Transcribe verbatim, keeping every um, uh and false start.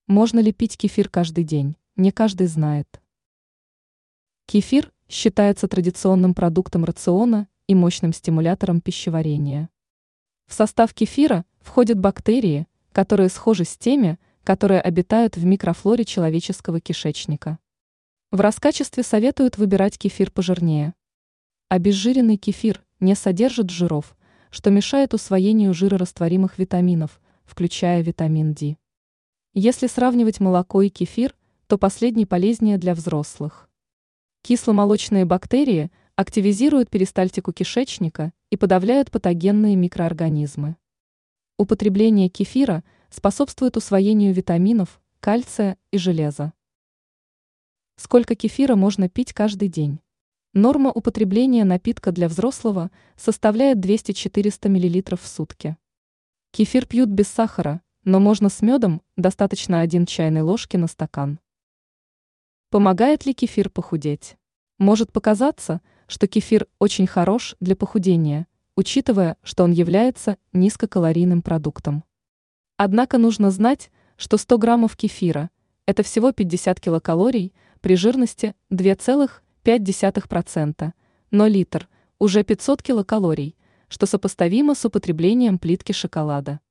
Можно ли пить кефир каждый день? Не каждый знает. Кефир считается традиционным продуктом рациона и мощным стимулятором пищеварения. В состав кефира входят бактерии, которые схожи с теми, которые обитают в микрофлоре человеческого кишечника. В раскачестве советуют выбирать кефир пожирнее. Обезжиренный кефир не содержит жиров, что мешает усвоению жирорастворимых витаминов, включая витамин D. Если сравнивать молоко и кефир, то последний полезнее для взрослых. Кисломолочные бактерии активизируют перистальтику кишечника и подавляют патогенные микроорганизмы. Употребление кефира способствует усвоению витаминов, кальция и железа. Сколько кефира можно пить каждый день? Норма употребления напитка для взрослого составляет двести-четыреста миллилитров в сутки. Кефир пьют без сахара, но можно с медом, достаточно одной чайной ложки на стакан. Помогает ли кефир похудеть? Может показаться, что кефир очень хорош для похудения, учитывая, что он является низкокалорийным продуктом. Однако нужно знать, что сто граммов кефира – это всего пятьдесят килокалорий при жирности два целых пять десятых процента, но литр – уже пятьсот килокалорий, что сопоставимо с употреблением плитки шоколада.